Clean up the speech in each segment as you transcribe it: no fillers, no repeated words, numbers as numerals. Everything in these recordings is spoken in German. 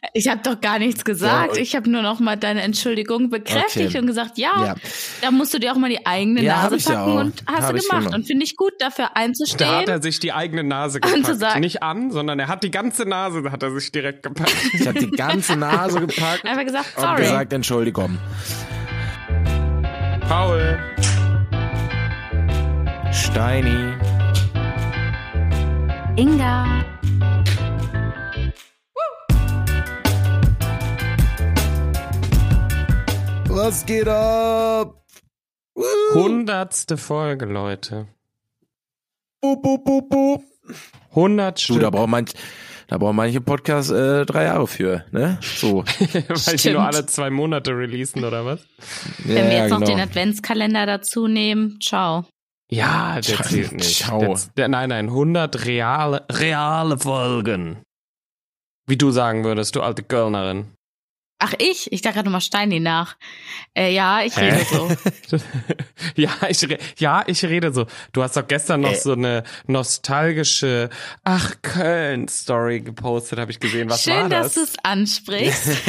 Ich habe doch gar nichts gesagt. Ja, ich habe nur noch mal deine Entschuldigung bekräftigt und gesagt, ja, da musst du dir auch mal die eigene Nase packen und hast du gemacht. Und finde ich gut, dafür einzustehen. Da hat er sich die eigene Nase gepackt. zu sagen, nicht an, sondern er hat die ganze Nase, hat er sich direkt gepackt. Ich habe die ganze Nase gepackt. Einfach gesagt, und sorry. gesagt, Entschuldigung. Paul. Steini. Inga. Was geht ab? 100. Folge, Leute. 100 Stück. Da brauchen manche Podcasts 3 Jahre für, ne? So. Weil die nur alle 2 Monate releasen, oder was? Wenn wir jetzt noch den Adventskalender dazu nehmen, ciao. Ja, der zählt nicht. Ciao. Nein, 100 reale Folgen. Wie du sagen würdest, du alte Kölnerin. Ach, ich dachte gerade nochmal Steini nach. Ja, ich rede so. Ich rede so. Du hast doch gestern noch so eine nostalgische Köln-Story gepostet, habe ich gesehen. Was Schön, war das? dass du es ansprichst.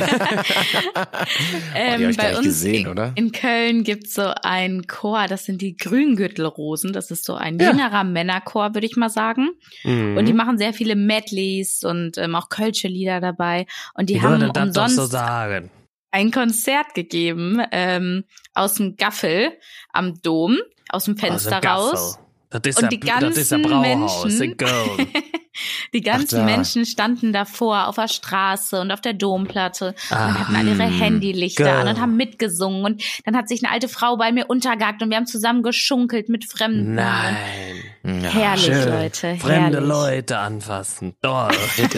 Bei uns gesehen, oder? In Köln gibt's so einen Chor, das sind die Grüngürtelrosen. Das ist so ein jüngerer Männerchor, würde ich mal sagen. Mhm. Und die machen sehr viele Medleys und auch Kölsche Lieder dabei. Und die haben umsonst ein Konzert gegeben aus dem Gaffel am Dom, aus dem Fenster raus. Und die ganzen Menschen, die ganzen Menschen standen davor auf der Straße und auf der Domplatte und hatten alle ihre Handylichter an und haben mitgesungen. Und dann hat sich eine alte Frau bei mir untergehakt und wir haben zusammen geschunkelt mit Fremden. Nein. Herrlich, schön. Leute. Fremde Leute anfassen. Toll.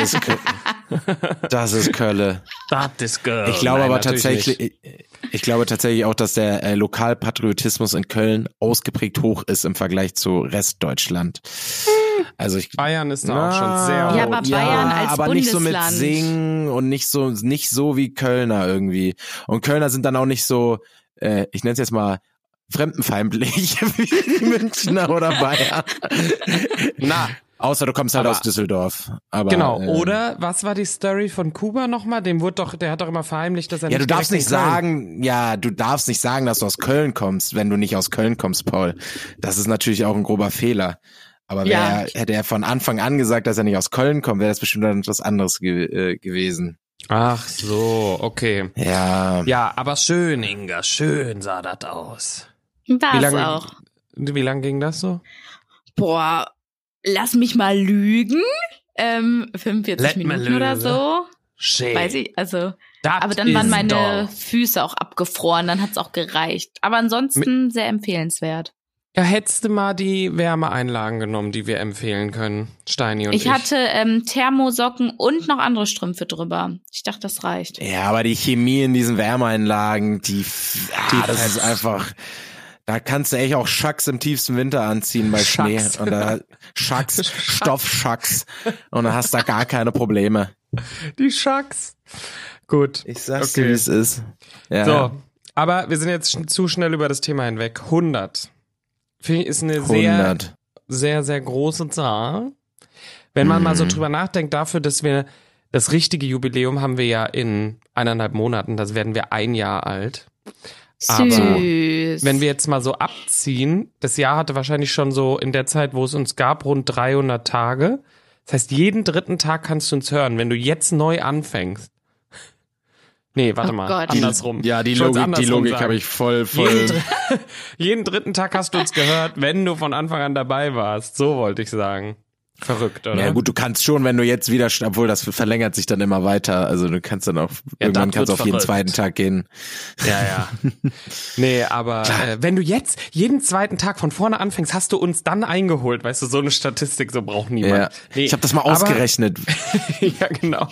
Das ist Kölle. Das ist Köln. Ich glaube aber tatsächlich, auch, dass der Lokalpatriotismus in Köln ausgeprägt hoch ist im Vergleich zu Restdeutschland. Also Bayern ist da auch schon sehr hoch. Ja, aber Bayern als aber Bundesland. nicht so mit Singen und nicht so wie Kölner irgendwie. Und Kölner sind dann auch nicht so, ich nenne es jetzt mal fremdenfeindlich wie die Münchner oder Bayern. Na, außer du kommst halt aus Düsseldorf. Aber, genau. Oder was war die Story von Kuba nochmal? Der hat doch immer verheimlicht, dass er nicht. Du darfst nicht sagen, dass du aus Köln kommst, wenn du nicht aus Köln kommst, Paul. Das ist natürlich auch ein grober Fehler. Aber hätte er von Anfang an gesagt, dass er nicht aus Köln kommt, wäre das bestimmt dann etwas anderes gewesen. Ach so, okay. Ja. Ja, aber schön, Inga, schön sah das aus. Wie lang ging das so? Boah, lass mich mal lügen. 45 Minuten oder so. Schön. Weiß ich, also. Aber dann waren meine Füße auch abgefroren, dann hat's auch gereicht. Aber ansonsten sehr empfehlenswert. Ja, hättest du mal die Wärmeeinlagen genommen, die wir empfehlen können, Steini und ich. Ich hatte Thermosocken und noch andere Strümpfe drüber. Ich dachte, das reicht. Ja, aber die Chemie in diesen Wärmeeinlagen, das ist einfach, da kannst du echt auch Schacks im tiefsten Winter anziehen bei Schnee. Und da Stoffschacks. Und dann hast du da gar keine Probleme. Die Schacks. Gut. Ich sag's dir, wie es ist. Ja. So, aber wir sind jetzt zu schnell über das Thema hinweg. 100. Finde ich, ist eine 100. sehr, sehr große Zahl. Wenn man mal so drüber nachdenkt, dafür, dass wir das richtige Jubiläum haben wir ja in 1,5 Monaten, das werden wir 1 Jahr alt. Aber wenn wir jetzt mal so abziehen, das Jahr hatte wahrscheinlich schon so in der Zeit, wo es uns gab, rund 300 Tage. Das heißt, jeden 3. Tag kannst du uns hören, wenn du jetzt neu anfängst. Nee, warte mal, Gott. andersrum. Die Logik habe ich voll. Jeden 3. Tag hast du uns gehört, wenn du von Anfang an dabei warst. So wollte ich sagen. Verrückt, oder? Ja gut, du kannst schon, wenn du jetzt wieder, obwohl das verlängert sich dann immer weiter, also du kannst dann auch, irgendwann kannst du auf jeden 2. Tag gehen. Ja. Nee, aber wenn du jetzt jeden 2. Tag von vorne anfängst, hast du uns dann eingeholt, weißt du, so eine Statistik, so braucht niemand. Ja. Nee, ich habe das mal ausgerechnet. Ja, genau.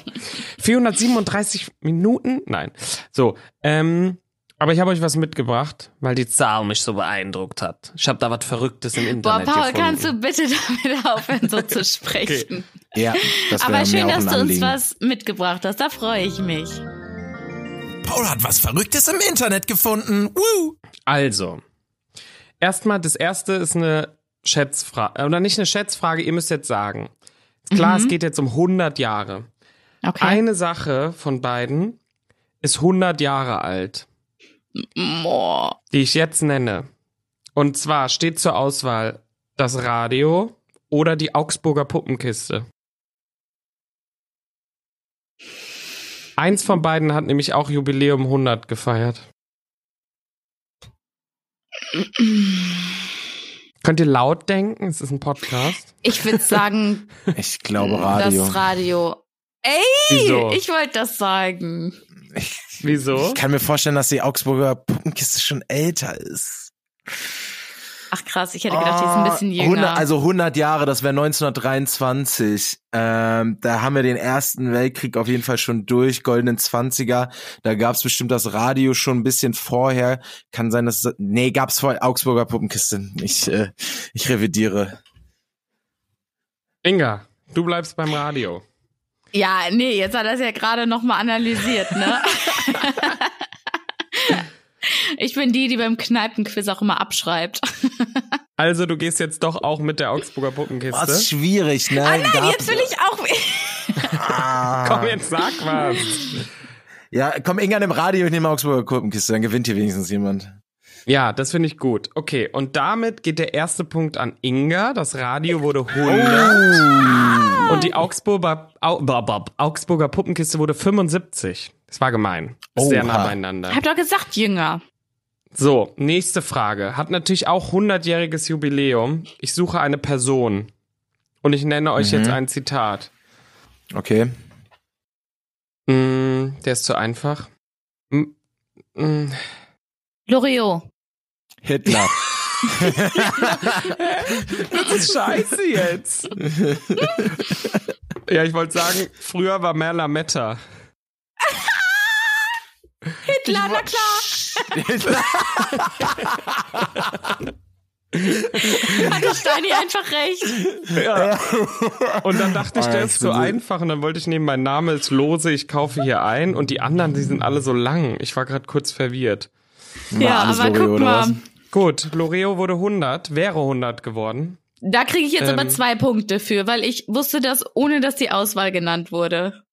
437 Minuten? Nein. So, aber ich habe euch was mitgebracht, weil die Zahl mich so beeindruckt hat. Ich habe da was Verrücktes im Internet Paul, gefunden. kannst du bitte damit aufhören, so zu sprechen? Okay. Ja, das wäre aber schön, mir auch dass ein du uns Anliegen. was mitgebracht hast, da freue ich mich. Paul hat was Verrücktes im Internet gefunden. Woo! Also, erstmal, das erste ist eine Schätzfrage, oder nicht eine Schätzfrage, ihr müsst jetzt sagen. Ist klar, es geht jetzt um 100 Jahre. Okay. Eine Sache von beiden ist 100 Jahre alt, die ich jetzt nenne. Und zwar steht zur Auswahl das Radio oder die Augsburger Puppenkiste. Eins von beiden hat nämlich auch Jubiläum 100 gefeiert. Könnt ihr laut denken? Es ist ein Podcast. Ich würde sagen, ich glaube Radio. Das Radio. Ey, Wieso? Ich wollte das sagen. Wieso? Ich kann mir vorstellen, dass die Augsburger Puppenkiste schon älter ist. Ach krass, ich hätte gedacht, die ist ein bisschen jünger. 100 Jahre, das wäre 1923. Da haben wir den Ersten Weltkrieg auf jeden Fall schon durch, goldenen 20er. Da gab's bestimmt das Radio schon ein bisschen vorher. Kann sein, dass gab's vorher Augsburger Puppenkiste. Ich revidiere. Inga, du bleibst beim Radio. Ja, nee, jetzt hat er es ja gerade nochmal analysiert, ne? Ich bin die beim Kneipenquiz auch immer abschreibt. Also du gehst jetzt doch auch mit der Augsburger Puppenkiste? Das ist schwierig, ne? Ah nein, jetzt will ich auch... Komm, jetzt sag was. Ja, komm, Inga im Radio, ich nehme Augsburger Puppenkiste, dann gewinnt hier wenigstens jemand. Ja, das finde ich gut. Okay, und damit geht der erste Punkt an Inga. Das Radio wurde 100. Und die Augsburger Puppenkiste wurde 75. Das war gemein. Sehr nah beieinander. Ich hab doch gesagt, jünger. So, nächste Frage. Hat natürlich auch 100-jähriges Jubiläum. Ich suche eine Person. Und ich nenne euch jetzt ein Zitat. Okay. Der ist zu einfach. Loriot. Hitler. Das ist scheiße jetzt. Ja, ich wollte sagen, früher war mehr Lametta. Hitler, na klar. Hitler. Hatte Steini einfach recht. Ja. Und dann dachte ich, der ist so einfach. Und dann wollte ich nehmen, mein Name ist Lose, ich kaufe hier ein. Und die anderen, die sind alle so lang. Ich war gerade kurz verwirrt. Ja, aber Loriot, guck mal. Gut, Loriot wurde 100, wäre 100 geworden. Da kriege ich jetzt aber 2 Punkte für, weil ich wusste das, ohne dass die Auswahl genannt wurde.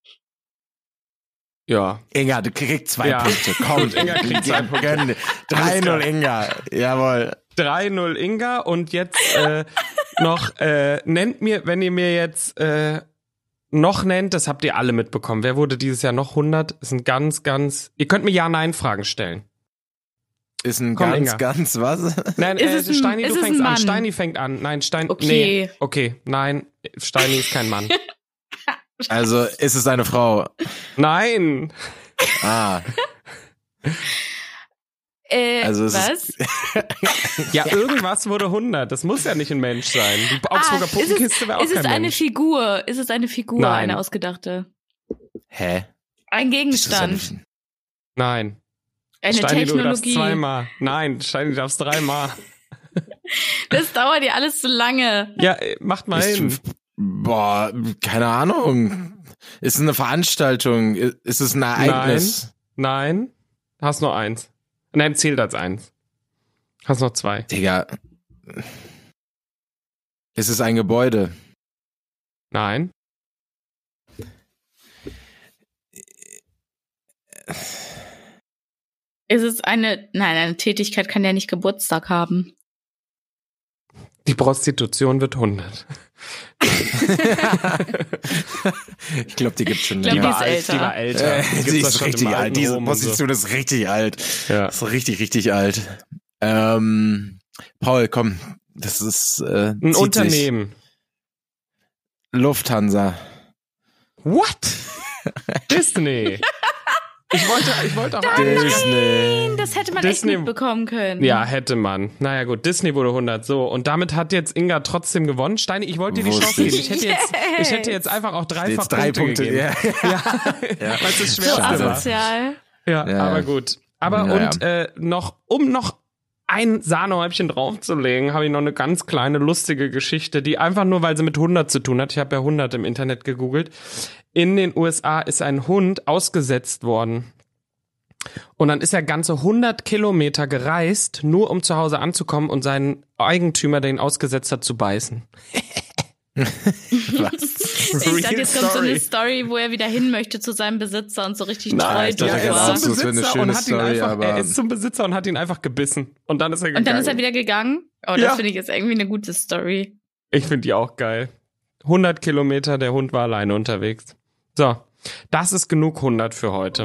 Ja. Inga, du kriegst 2 Punkte. Komm, Inga kriegt 2 Punkte. 3-0 Inga. Jawohl. 3-0 Inga und jetzt noch, nennt mir, wenn ihr mir jetzt noch nennt, das habt ihr alle mitbekommen. Wer wurde dieses Jahr noch 100? Ist ein ganz, ihr könnt mir Ja-Nein-Fragen stellen. Ist ein Komm, ganz was? Nein, Steini, du fängst an. Steini fängt an. Nein, Steini, okay. Nee. Okay, nein, Steini ist kein Mann. Also, ist es eine Frau? Nein. Also was? Ja, irgendwas wurde 100. Das muss ja nicht ein Mensch sein. Die Augsburger Puppenkiste wäre auch kein Mensch. Ist es eine Figur? Ist es eine Figur, Nein. eine ausgedachte? Hä? Ein Gegenstand? Nein. Eine Steini, Technologie? du darfst 2-mal. Nein, Steini, du darfst 3-mal. Das dauert ja alles zu lange. Ja, macht mal hin. Boah, keine Ahnung. Ist es eine Veranstaltung? Ist es ein Ereignis? Nein. Hast nur 1. Nein, zählt als 1. Hast noch 2. Digga. Ist es ein Gebäude? Nein. Ist es eine Tätigkeit kann ja nicht Geburtstag haben. Die Prostitution wird 100. Ich glaube, die gibt's schon länger. Die war älter. Die ist richtig alt. Diese Position ist richtig alt. Ja. Ist richtig, richtig alt. Paul, komm. Das ist ein Unternehmen. Lufthansa. What? Disney. Ich wollte auch Disney. Das hätte man echt mitbekommen können. Ja, hätte man. Naja gut, Disney wurde 100, so. Und damit hat jetzt Inga trotzdem gewonnen. Steini, ich wollte dir die Chance geben. Ich hätte jetzt einfach auch dreifach Punkte gegeben. Ja. Weil es das Schwerste war. Asozial. Ja, aber gut. Aber um noch ein Sahnehäubchen draufzulegen, habe ich noch eine ganz kleine lustige Geschichte, die einfach nur, weil sie mit 100 zu tun hat. Ich habe ja 100 im Internet gegoogelt. In den USA ist ein Hund ausgesetzt worden. Und dann ist er ganze 100 Kilometer gereist, nur um zu Hause anzukommen und seinen Eigentümer, der ihn ausgesetzt hat, zu beißen. Was? Ich dachte, jetzt kommt so eine Story, wo er wieder hin möchte zu seinem Besitzer und so richtig treu Ja, er ist zum Besitzer und hat ihn einfach, er ist zum Besitzer und hat ihn einfach gebissen. Und dann ist er gegangen. Und dann ist er wieder gegangen? Oh, das finde ich jetzt irgendwie eine gute Story. Ich finde die auch geil. 100 Kilometer, der Hund war alleine unterwegs. So, das ist genug 100 für heute.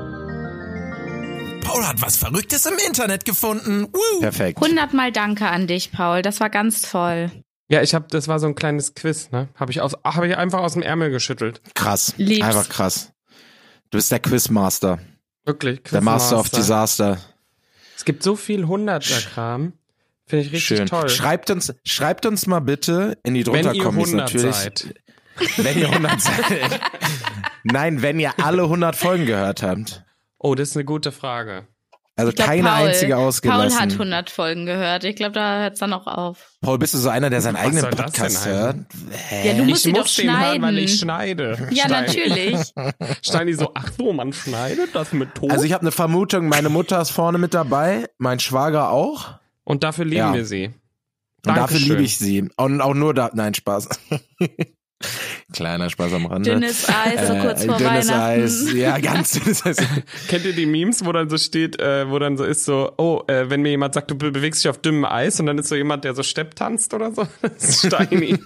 Paul hat was Verrücktes im Internet gefunden. Woo. Perfekt. 100 Mal Danke an dich, Paul. Das war ganz toll. Ja, das war so ein kleines Quiz, ne? Habe ich einfach aus dem Ärmel geschüttelt. Krass. Lieb's. Einfach krass. Du bist der Quizmaster. Wirklich, Der Master of Disaster. Es gibt so viel 100er-Kram. Finde ich richtig Schön. toll. Schreibt uns mal bitte in die Drunterkommis natürlich. Seid. Wenn ihr 100 seid. Nein, wenn ihr alle 100 Folgen gehört habt. Oh, das ist eine gute Frage. Also keine einzige ausgelassen. Paul hat 100 Folgen gehört. Ich glaube, da hört es dann auch auf. Paul, bist du so einer, der seinen eigenen soll das Podcast denn hört? Ja, du musst Ich ihn doch muss den hören, schneiden. weil ich schneide. Ja, Steini. natürlich. Steini so, ach so, man schneidet das mit Ton. Also ich habe eine Vermutung, meine Mutter ist vorne mit dabei, mein Schwager auch. Und dafür lieben wir sie. Und dafür Dankeschön. liebe ich sie. Und auch nur da. Nein, Spaß. Kleiner Spaß am Rande. Dünnes Eis, so kurz vor dünnes Weihnachten. Eis. Ja, ganz dünnes Eis. Kennt ihr die Memes, wo dann so steht, wo dann so ist so, wenn mir jemand sagt, du bewegst dich auf dünnem Eis und dann ist so jemand, der so Stepp tanzt oder so? Das ist Steini.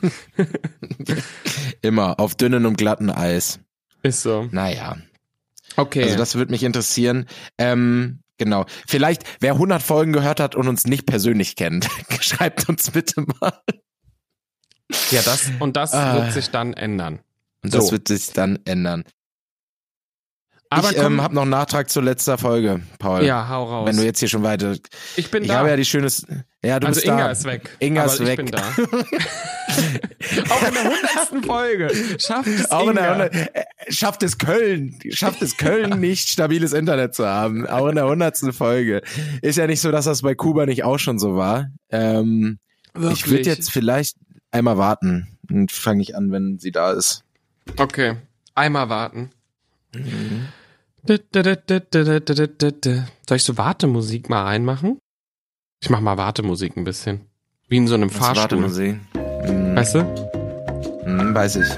Immer auf dünnem und glatten Eis. Ist so. Naja. Okay. Also das würde mich interessieren. Genau. Vielleicht, wer 100 Folgen gehört hat und uns nicht persönlich kennt, schreibt uns bitte mal. Ja, das wird sich dann ändern. Und das wird sich dann ändern. Aber ich habe noch einen Nachtrag zur letzten Folge, Paul. Ja, hau raus. Wenn du jetzt hier schon weiter... Ich bin Ich da. habe ja die schöne... Ja, du Also bist Inga da. ist weg. Inga aber ist ich weg. bin da. Auch in der 100. Folge. Schafft es Auch in Inga. der 100, schafft es Köln nicht, stabiles Internet zu haben. Auch in der 100. Folge. Ist ja nicht so, dass das bei Kuba nicht auch schon so war. Ich würde jetzt vielleicht einmal warten. Und fange ich an, wenn sie da ist. Okay, einmal warten. Mhm. Soll ich so Wartemusik mal reinmachen? Ich mach mal Wartemusik ein bisschen. Wie in so einem Fahrstuhl. Wartemusik. Weißt du? Weiß ich.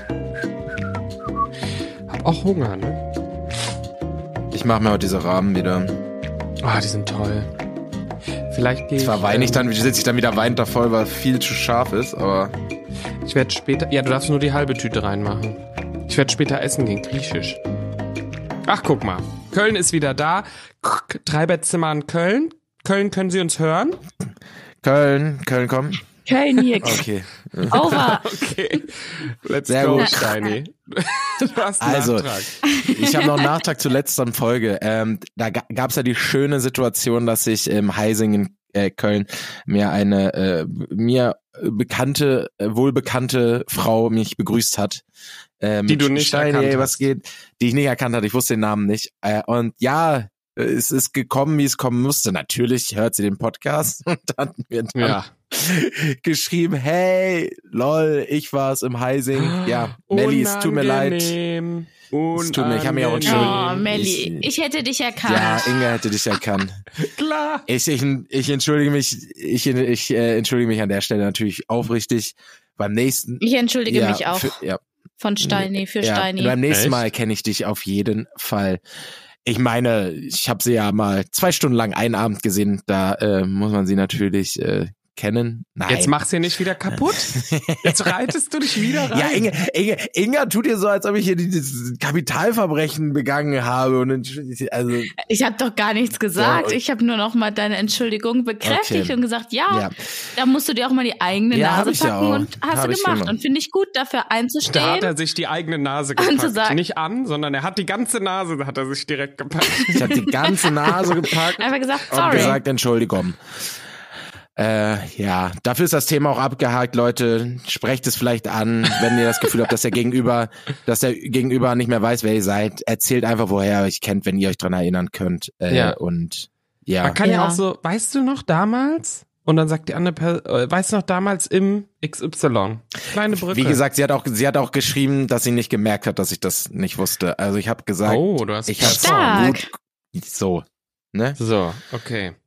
Hab auch Hunger, ne? Ich mache mir heute diese Rahmen wieder. Ah, die sind toll. Vielleicht gehe ich... Zwar sitze ich dann wieder weinend davor, weil viel zu scharf ist, aber... Ich werde später... Ja, du darfst nur die halbe Tüte reinmachen. Ich werde später essen gehen, griechisch. Ach, guck mal. Köln ist wieder da. Dreibettzimmer in Köln. Köln, können Sie uns hören? Köln, komm. Köln hier. Okay. Over. Okay. Let's Sehr go, gut. Steini. Du hast einen Also, Nachtrag. ich habe noch einen Nachtrag zur letzten Folge. Da gab's ja die schöne Situation, dass ich im Heising in Köln mir eine wohlbekannte Frau mich begrüßt hat. Die du nicht Steini, erkannt ey, hast. was geht? Die ich nicht erkannt hatte. Ich wusste den Namen nicht. Und ja, es ist gekommen, wie es kommen musste. Natürlich hört sie den Podcast und hat mir dann geschrieben, hey, lol, ich war's im Heising. Ja, Melli, es tut mir leid. Es tut mir, ich habe mich auch entschuldigt. Oh, Melli, ich hätte dich erkannt. Ja, Inga hätte dich erkannt. Klar. Ich entschuldige mich, entschuldige mich an der Stelle natürlich aufrichtig. Beim nächsten. Ich entschuldige mich auch. Ja. Von Steini, für Ja, Steini. beim nächsten Echt? Mal kenne ich dich auf jeden Fall. Ich meine, ich habe sie ja mal 2 Stunden lang einen Abend gesehen. Da muss man sie natürlich kennen. Nein. Jetzt mach's hier nicht wieder kaputt. Jetzt reitest du dich wieder rein. Ja, Inga tut dir so, als ob ich hier dieses Kapitalverbrechen begangen habe. Also, Ich habe doch gar nichts gesagt. Ja, ich habe nur noch mal deine Entschuldigung bekräftigt Okay. und gesagt, ja, da musst du dir auch mal die eigene Ja, hab Nase ich ja packen auch. und hast Hab du ich gemacht. gemacht. Und finde ich gut, dafür Da hat einzustehen. er sich die eigene Nase Und zu gepackt. sagen- Nicht an, sondern er hat die ganze Nase, hat er sich direkt gepackt. ich habe die ganze Nase gepackt Einfach gesagt, und sorry. gesagt, Entschuldigung. Ja, dafür ist das Thema auch abgehakt, Leute. Sprecht es vielleicht an, wenn ihr das Gefühl habt, dass der Gegenüber nicht mehr weiß, wer ihr seid. Erzählt einfach, woher ihr euch kennt, wenn ihr euch dran erinnern könnt. Ja. Und ja. Man kann ja Ja. auch so, weißt du noch damals? Und dann sagt die andere Person, weißt du noch damals im XY? Kleine Brücke. Wie gesagt, sie hat auch geschrieben, dass sie nicht gemerkt hat, dass ich das nicht wusste. Also ich habe gesagt, Oh, du hast ich habe Stark. gut so, ne? So, okay.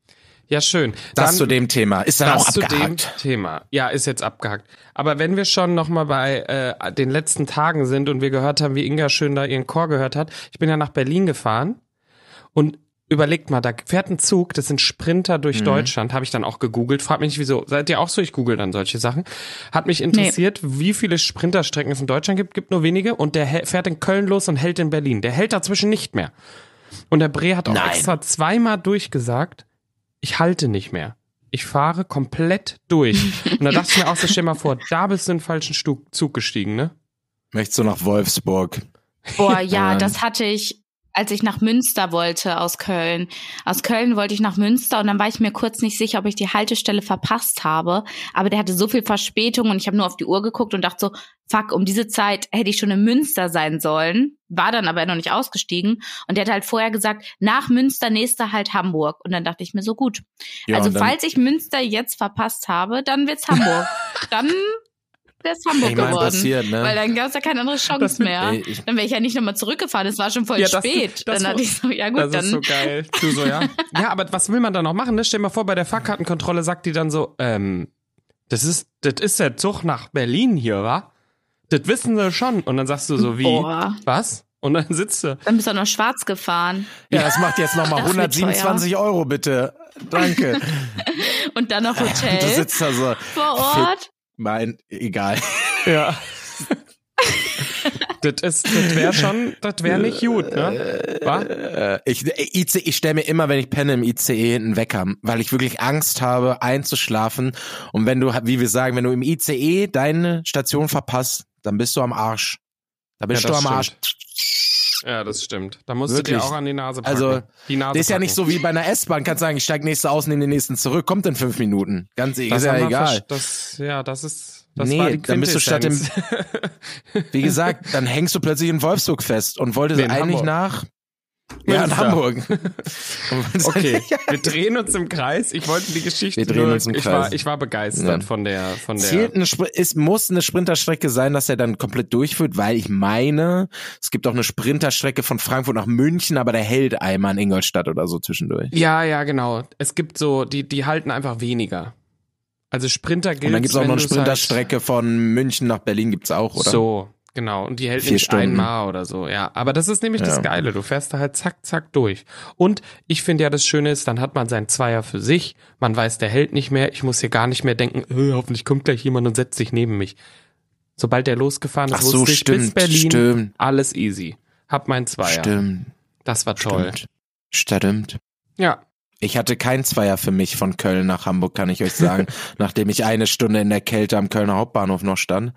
Ja, schön. Das zu dem Thema. Ist dann auch abgehakt. Zu dem Thema. Ja, ist jetzt abgehakt. Aber wenn wir schon nochmal bei den letzten Tagen sind und wir gehört haben, wie Inga schön da ihren Chor gehört hat. Ich bin ja nach Berlin gefahren und überlegt mal, da fährt ein Zug, das sind Sprinter durch Deutschland, habe ich dann auch gegoogelt. Frag mich nicht, wieso. Seid ihr auch so? Ich google dann solche Sachen. Hat mich interessiert, wie viele Sprinterstrecken es in Deutschland gibt. Gibt nur wenige. Und der fährt in Köln los und hält in Berlin. Der hält dazwischen nicht mehr. Und der Bre hat auch extra zweimal durchgesagt, ich halte nicht mehr. Ich fahre komplett durch. Und da dachte ich mir auch so, stell mal vor, da bist du in den falschen Zug gestiegen, ne? Möchtest du nach Wolfsburg? Boah, ja, das hatte ich, als ich nach Münster wollte aus Köln. Aus Köln wollte ich nach Münster und dann war ich mir kurz nicht sicher, ob ich die Haltestelle verpasst habe. Aber der hatte so viel Verspätung und ich habe nur auf die Uhr geguckt und dachte so, fuck, um diese Zeit hätte ich schon in Münster sein sollen. War dann aber noch nicht ausgestiegen. Und der hat halt vorher gesagt, nach Münster, nächster Halt Hamburg. Und dann dachte ich mir so, gut. Ja, also falls ich Münster jetzt verpasst habe, dann wird's Hamburg. Dann wäre es Hamburg geworden. Passiert, ne? Weil dann gab es ja keine andere Chance mehr. Dann wäre ich ja nicht nochmal zurückgefahren. Es war schon voll spät. Dann dachte ich so, ja gut, das dann. Das ist so geil. Du so, ja. Ja, aber was will man da noch machen? Ne? Stell dir mal vor, bei der Fahrkartenkontrolle sagt die dann so, das ist der Zug nach Berlin hier, wa? Das wissen sie schon. Und dann sagst du so, wie? Boah. Was? Und dann sitzt du. Dann bist du noch schwarz gefahren. Ja, das macht jetzt nochmal 127 € bitte. Danke. Und dann noch Hotel. Du sitzt da so. Vor Ort. Egal. Ja. Das wäre nicht gut, ne? Ich stelle mir immer, wenn ich penne im ICE, einen Wecker, weil ich wirklich Angst habe, einzuschlafen. Und wenn du, wie wir sagen, wenn du im ICE deine Station verpasst, dann bist du am Arsch. Da bist du am Arsch. Ja, das stimmt. Da musst wirklich? Du dir auch an die Nase packen. Also, das ist ja nicht so wie bei einer S-Bahn. Kannst sagen, ich steig nächste aus, nehme den nächsten zurück. Kommt in 5 Minuten. Ganz ist ja egal. Das nee, dann bist du statt im, wie gesagt, dann hängst du plötzlich in Wolfsburg fest und wolltest eigentlich nach, in Hamburg. Okay, wir drehen uns im Kreis. Ich wollte die Geschichte ich war begeistert von der. Muss eine Sprinterstrecke sein, dass er dann komplett durchführt, weil ich meine, es gibt auch eine Sprinterstrecke von Frankfurt nach München, aber der hält einmal in Ingolstadt oder so zwischendurch. Ja, genau. Es gibt so, die halten einfach weniger. Also Sprinter gilt. Und dann gibt's auch noch eine Sprinterstrecke von München nach Berlin gibt's auch, oder? So, genau. Und die hält nicht einmal oder so, ja. Aber das ist nämlich das Geile. Du fährst da halt zack, zack durch. Und ich finde ja, das Schöne ist, dann hat man seinen Zweier für sich. Man weiß, der hält nicht mehr. Ich muss hier gar nicht mehr denken, hoffentlich kommt gleich jemand und setzt sich neben mich. Sobald der losgefahren ist, wusste ich, bis Berlin, alles easy. Hab meinen Zweier. Stimmt. Das war toll. Stimmt. Ja. Ich hatte kein Zweier für mich von Köln nach Hamburg, kann ich euch sagen, nachdem ich eine Stunde in der Kälte am Kölner Hauptbahnhof noch stand.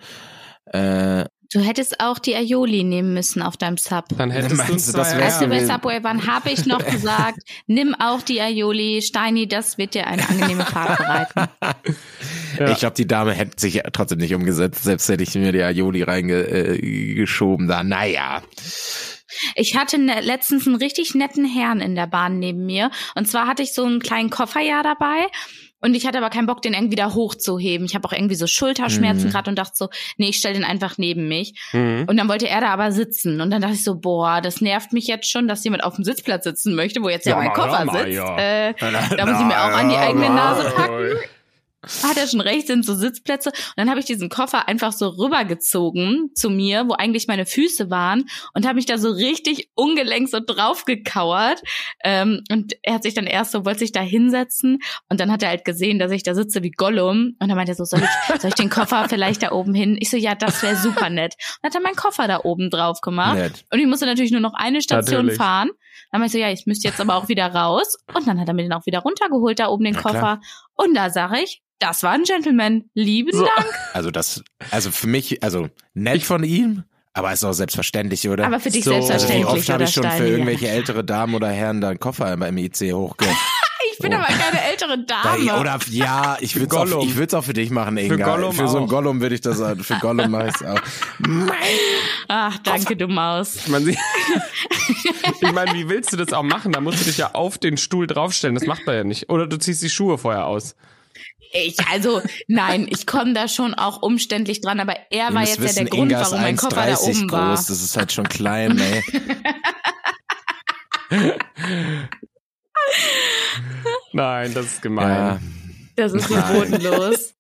Du hättest auch die Aioli nehmen müssen auf deinem Sub. Dann hättest du Als wir bei Subway waren, habe ich noch gesagt, nimm auch die Aioli, Steini, das wird dir eine angenehme Fahrt bereiten. Ja. Ich glaube, die Dame hätte sich trotzdem nicht umgesetzt, selbst hätte ich mir die Aioli reingeschoben da. Naja. Ich hatte letztens einen richtig netten Herrn in der Bahn neben mir. Und zwar hatte ich so einen kleinen Koffer dabei. Und ich hatte aber keinen Bock, den irgendwie da hochzuheben. Ich habe auch irgendwie so Schulterschmerzen gerade und dachte so, nee, ich stell den einfach neben mich. Und dann wollte er da aber sitzen. Und dann dachte ich so, boah, das nervt mich jetzt schon, dass jemand auf dem Sitzplatz sitzen möchte, wo jetzt mein Koffer sitzt. Ja. Da muss ich mir auch an die eigene Nase packen. Hat er schon recht, sind so Sitzplätze. Und dann habe ich diesen Koffer einfach so rübergezogen zu mir, wo eigentlich meine Füße waren und habe mich da so richtig ungelenk so drauf gekauert. Und er hat sich dann erst so, wollte sich da hinsetzen und dann hat er halt gesehen, dass ich da sitze wie Gollum. Und dann meinte er so, soll ich den Koffer vielleicht da oben hin? Ich so, ja, das wäre super nett. Und dann hat er meinen Koffer da oben drauf gemacht. Nett. Und ich musste natürlich nur noch eine Station fahren. Dann meinte ich so, ja, ich müsste jetzt aber auch wieder raus. Und dann hat er mir den auch wieder runtergeholt, da oben den Koffer. Klar. Und da sage ich, das war ein Gentleman. Lieben Dank. Also für mich, nett von ihm, aber ist auch selbstverständlich, oder? Aber für dich selbstverständlich. Also wie oft habe ich schon für irgendwelche ältere Damen oder Herren da einen Koffer im IC hochgehört. Ich bin aber keine ältere Dame. Oder ich würde es auch für dich machen, Inga. Für so einen Gollum würde ich das auch. Für Gollum mache ich es auch. Ach, danke, du Maus. Ich meine, wie willst du das auch machen? Da musst du dich ja auf den Stuhl draufstellen. Das macht man ja nicht. Oder du ziehst die Schuhe vorher aus. Nein, ich komme da schon auch umständlich dran, aber er war jetzt ja der Grund, Inga warum mein Koffer da oben war. Das ist halt schon klein, ey. Nein, das ist gemein. Ja. Das ist so bodenlos.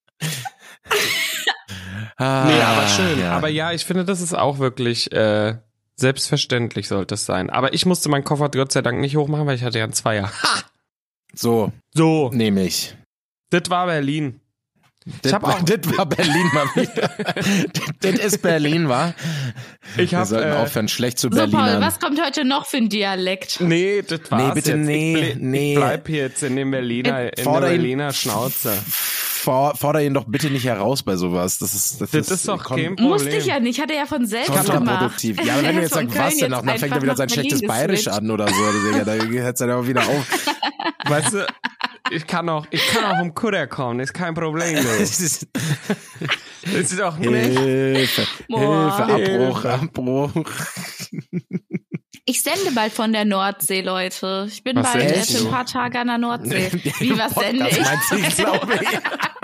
Nee, aber schön. Ja. Aber ja, ich finde, das ist auch wirklich selbstverständlich sollte es sein. Aber ich musste meinen Koffer Gott sei Dank nicht hochmachen, weil ich hatte ja einen Zweier. Ha! So nehme ich. Das war Berlin. Das war Berlin mal wieder. Das ist Berlin, wa? Wir sollten aufhören, schlecht zu Berlinern. So, Paul, was kommt heute noch für ein Dialekt? Nee, das war's nee, bitte, jetzt. Nee. Ich bleib jetzt in der Berliner Schnauze. Forder ihn doch bitte nicht heraus bei sowas. Das ist doch kein Problem. Musste ich ja nicht, hat er ja von selbst gemacht. Kontraproduktiv. Ja, aber wenn du jetzt sagst, was denn noch, dann fängt er wieder sein schlechtes Bayerisch an oder so. Da hört es dann auch wieder auf. Weißt du, ich kann auch vom Kutter kommen, ist kein Problem. Das ist doch nicht. Hilfe, Abbruch. Ich sende bald von der Nordsee, Leute. Ich bin bald für ein paar Tage an der Nordsee. Wie, was sende ich? Ich glaube ich.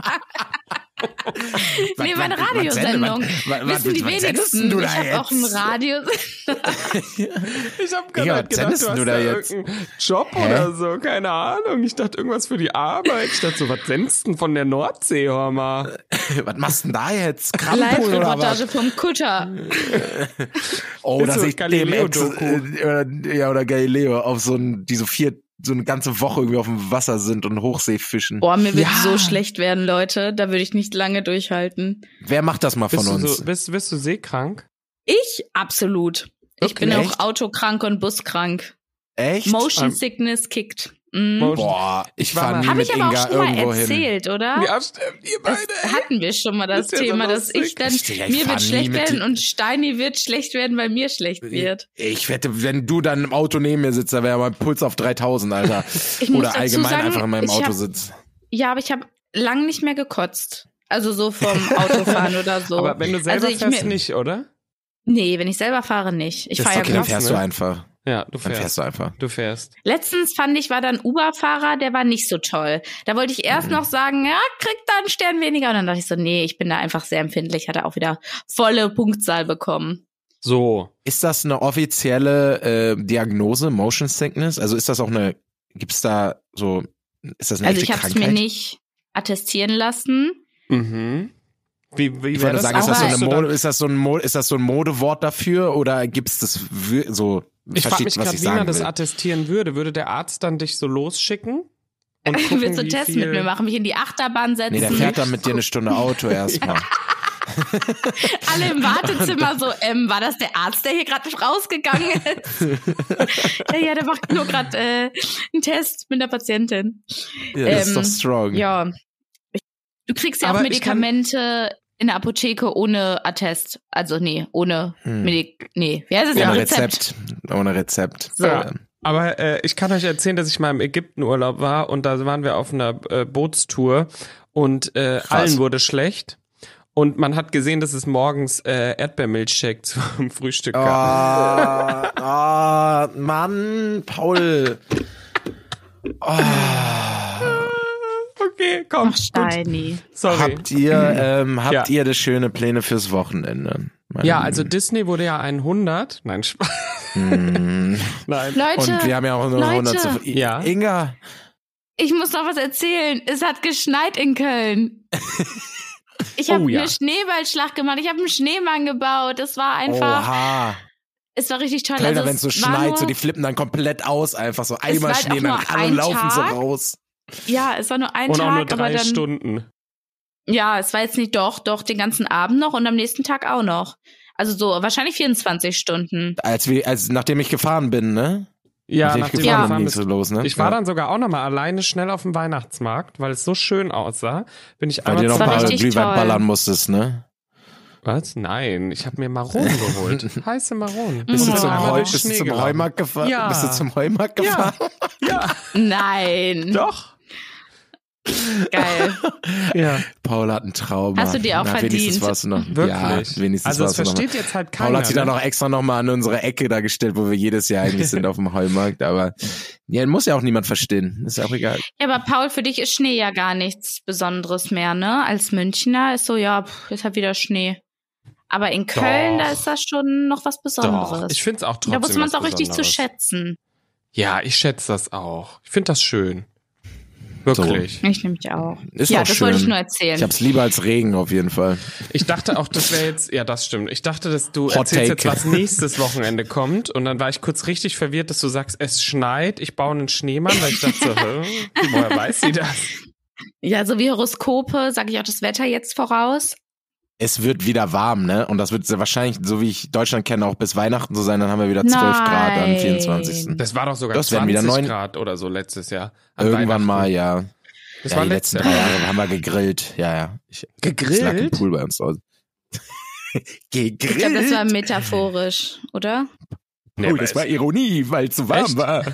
Nee, meine Radiosendung. Wissen die wenigsten. Ich habe auch ein Radio. Ich habe gerade gedacht, du hast da irgendeinen Job oder so. Keine Ahnung. Ich dachte irgendwas für die Arbeit. Ich dachte so, was sendest du denn von der Nordsee, hör mal? Was machst du denn da jetzt? Live-Reportage vom Kutter. Oh, das ist Galileo-Doku. Oder Galileo auf so eine ganze Woche irgendwie auf dem Wasser sind und Hochsee fischen. Boah, mir wird so schlecht werden, Leute. Da würde ich nicht lange durchhalten. Wer macht das mal von uns? Bist du seekrank? Ich? Absolut. Okay. Ich bin auch autokrank und buskrank. Echt? Motion Sickness kickt. Boah, ich fahre nie mit Inga irgendwo hin. Habe ich aber auch schon mal erzählt, oder? Ja, stimmt, ihr beide. Das hatten wir schon mal das Thema, dass ich dann, mir wird schlecht werden und Steini wird schlecht werden, weil mir schlecht wird. Ich wette, wenn du dann im Auto neben mir sitzt, da wäre mein Puls auf 3000, Alter. Oder allgemein sagen, einfach in meinem Auto sitzt. Ja, aber ich habe lang nicht mehr gekotzt. Also so vom Autofahren oder so. Aber wenn du selber fährst, nicht, oder? Nee, wenn ich selber fahre, nicht. Ich fahre ja dann fährst du einfach. Ja, du fährst einfach. Du fährst. Letztens war da ein Uber-Fahrer, der war nicht so toll. Da wollte ich erst noch sagen, ja, kriegt da einen Stern weniger. Und dann dachte ich so, nee, ich bin da einfach sehr empfindlich. Hat er auch wieder volle Punktzahl bekommen. So. Ist das eine offizielle Diagnose, Motion Sickness? Also ist das auch gibt's da so, ist das eine echte Krankheit? Also ich habe es mir nicht attestieren lassen. Mhm. Wie wäre das? Sagen, ist das so ein Modewort dafür oder gibt's das so? Ich frage mich gerade, wie man das attestieren würde. Würde der Arzt dann dich so losschicken? Und gucken, willst du einen Test mit mir machen, mich in die Achterbahn setzen? Nee, der fährt dann mit dir eine Stunde Auto erstmal. Alle im Wartezimmer so, war das der Arzt, der hier gerade rausgegangen ist? Ja, der macht nur gerade einen Test mit der Patientin. Ja, das ist doch strong. Ja. Du kriegst ja auch Medikamente in der Apotheke ohne Attest. Also ohne wie heißt es? Ohne Rezept. Ohne Rezept. So. Ja. Aber ich kann euch erzählen, dass ich mal im Ägyptenurlaub war und da waren wir auf einer Bootstour und allen wurde schlecht. Und man hat gesehen, dass es morgens Erdbeermilchshake zum Frühstück gab. Mann, Paul. Okay, komm. Ach, Steini. Sorry. Habt ihr das schöne Pläne fürs Wochenende? Ja, also Disney wurde ja 100. Nein, Spaß. Nein. Leute, und wir haben ja auch nur 100 zu... Ja. Inga. Ich muss noch was erzählen. Es hat geschneit in Köln. Ich habe eine Schneeballschlacht gemacht. Ich habe einen Schneemann gebaut. Es war einfach... Oha. Es war richtig toll. Kölner, wenn es so schneit, so die flippen dann komplett aus. Einfach so einmal Schnee, dann alle laufen so raus. Ja, es war nur ein und Tag. Und auch nur 3 aber dann, Stunden. Ja, es war jetzt nicht doch den ganzen Abend noch und am nächsten Tag auch noch. Also so wahrscheinlich 24 Stunden. Nachdem ich gefahren bin, ne? Ja, nachdem ich gefahren bin. So los, ne? Ich war dann sogar auch nochmal alleine schnell auf dem Weihnachtsmarkt, weil es so schön aussah. Bin ich weil einmal du noch ein paar Glühwein ballern musstest, ne? Was? Nein, ich habe mir Maronen geholt. Heiße Maronen. Bist du zum Heumarkt gefahren? Ja. Bist du zum Heumarkt gefahren? Ja. Nein. Doch. Geil. Ja. Paul hat einen Traum. Hast du dir auch verdient. Wenigstens warst du noch. Wirklich? Ja, wenigstens also warst es versteht jetzt halt keiner. Paul hat sich dann auch extra nochmal an unsere Ecke da gestellt, wo wir jedes Jahr eigentlich sind auf dem Heumarkt. Aber ja, muss ja auch niemand verstehen. Ist ja auch egal. Ja, aber Paul, für dich ist Schnee ja gar nichts Besonderes mehr, ne? Als Münchner ist so, ist halt wieder Schnee. Aber in Köln, da ist das schon noch was Besonderes. Doch. Ich finde es auch trotzdem. Da muss man es auch richtig zu schätzen. Ja, ich schätze das auch. Ich finde das schön. Wirklich? So. Ich nämlich auch. Ist ja, auch das schön. wollte ich nur erzählen. Ich hab's lieber als Regen auf jeden Fall. Ich dachte auch, das wäre jetzt, ja, das stimmt. Ich dachte, dass du Hot erzählst Take. jetzt, was nächstes Wochenende kommt. Und dann war ich kurz richtig verwirrt, dass du sagst, es schneit, ich baue einen Schneemann, weil ich dachte so, woher weiß sie das? Ja, so wie Horoskope sage ich auch das Wetter jetzt voraus. Es wird wieder warm, ne? Und das wird sehr wahrscheinlich, so wie ich Deutschland kenne, auch bis Weihnachten so sein. Dann haben wir wieder 12 Grad am 24. Das war doch sogar Das werden 20 wieder 9 Grad oder so letztes Jahr. An Irgendwann Weihnachten. mal, ja. Das Ja, war die letzten 3 Jahre haben wir gegrillt. Ja. Gegrillt? Es lag im Pool bei uns zu Hause. Gegrillt? Ich glaube, das war metaphorisch, oder? Nee, oh, das war Ironie, weil es so warm Echt? war.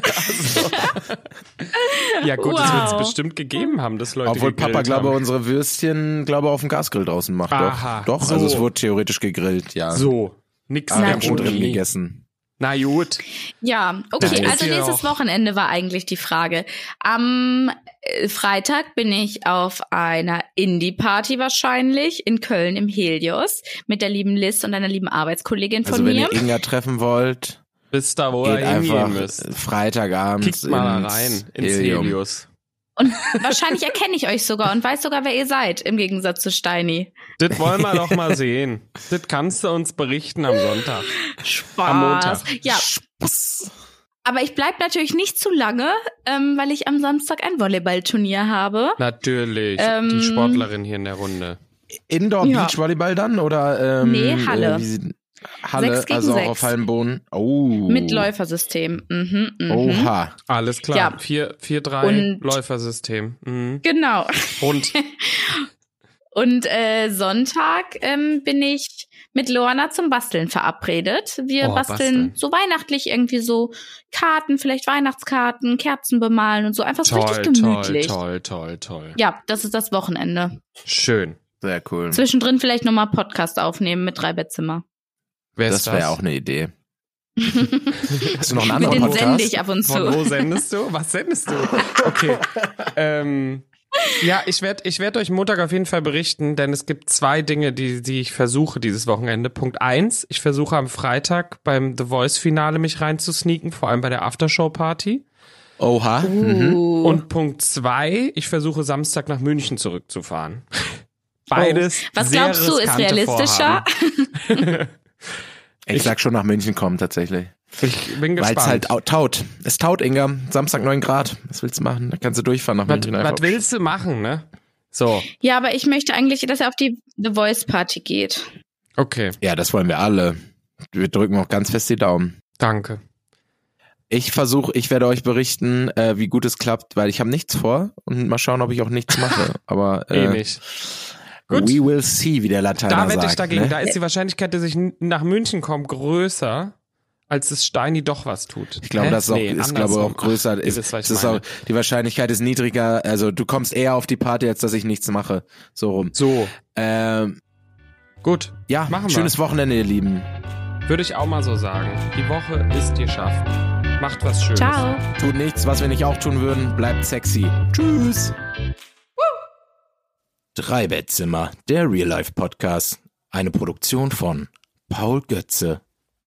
Ja gut, das wird es Wow. bestimmt gegeben haben, dass Leute Obwohl gegrillt Papa, glaube haben. unsere Würstchen, auf dem Gasgrill draußen macht. Aha, Doch, so. also es wurde theoretisch gegrillt, ja. So, nix Aber wir Na haben schon gut. drin gegessen. Na gut. Ja, Das okay, ist also ja nächstes auch- Wochenende war eigentlich die Frage. Am Freitag bin ich auf einer Indie-Party wahrscheinlich in Köln im Helios mit der lieben Liz und einer lieben Arbeitskollegin Also von wenn mir. ihr Inga treffen wollt, Bis da, wo geht ihr hingehen einfach müsst. Freitagabends Kickt mal ins rein ins Helium. Helios. Und wahrscheinlich erkenne ich euch sogar und weiß sogar, wer ihr seid, im Gegensatz zu Steini. Das wollen wir doch mal sehen. Das kannst du uns berichten am Sonntag. Spaß. Am Montag. Ja, Spaß. aber ich bleib natürlich nicht zu lange, weil ich am Samstag ein Volleyballturnier habe. Natürlich, die Sportlerin hier in der Runde. Indoor Ja. Beachvolleyball dann oder Nee, Halle. Halle, 6 gegen also auch 6. auf Hallenboden. Oh. Mit Läufersystem. Oha. Alles klar. Ja. 4-3 Und- Läufersystem. Mhm. Genau. Und Und Sonntag bin ich mit Lorna zum Basteln verabredet. Wir Oh, basteln basteln. so weihnachtlich irgendwie so Karten, vielleicht Weihnachtskarten, Kerzen bemalen und so. Einfach so richtig gemütlich. toll. Ja, das ist das Wochenende. Schön. Sehr cool. Zwischendrin vielleicht nochmal Podcast aufnehmen mit 3 Bettzimmer. Wer Das ist wäre das? auch eine Idee. Hast du noch einen Mit anderen denen Podcast? sende ich ab und Von wo zu. sendest du? Was sendest du? Okay. Ja, ich werd euch Montag auf jeden Fall berichten, denn es gibt 2 Dinge, die ich versuche dieses Wochenende. Punkt 1, ich versuche am Freitag beim The Voice-Finale mich reinzusneaken, vor allem bei der Aftershow-Party. Oha. Und Punkt 2, ich versuche Samstag nach München zurückzufahren. Beides Was sehr glaubst du, ist riskante realistischer? Vorhaben. Ich sag schon nach München kommen tatsächlich. Ich bin Weil gespannt. es halt taut. Es taut, Inga. Samstag 9 Grad. Was willst du machen? Da kannst du durchfahren nach München einfach. Was willst du machen, ne? So, Ja, aber ich möchte eigentlich, dass er auf die The Voice Party geht. okay, Ja, das wollen wir alle. Wir drücken auch ganz fest die Daumen. danke. Ich werde euch berichten, wie gut es klappt, weil ich habe nichts vor und mal schauen, ob ich auch nichts mache. Aber Nicht. Gut. we will see, wie der Lateiner Da sagt. wette ich dagegen. Ne? Da ist die Wahrscheinlichkeit, dass ich nach München komme, größer, als dass Steini doch was tut. Ich glaube, das ist, andersrum. auch größer. Ach, ihr wisst, was ich Es ist meine. auch, die Wahrscheinlichkeit ist niedriger. Also du kommst eher auf die Party, als dass ich nichts mache. So rum. So, gut. Ja, Machen wir. schönes Wochenende, ihr Lieben. Würde ich auch mal so sagen. Die Woche ist geschafft. Macht was Schönes. Ciao. Tut nichts, was wir nicht auch tun würden. Bleibt sexy. Tschüss. 3 Bettzimmer, der Real Life Podcast. Eine Produktion von Paul Götze.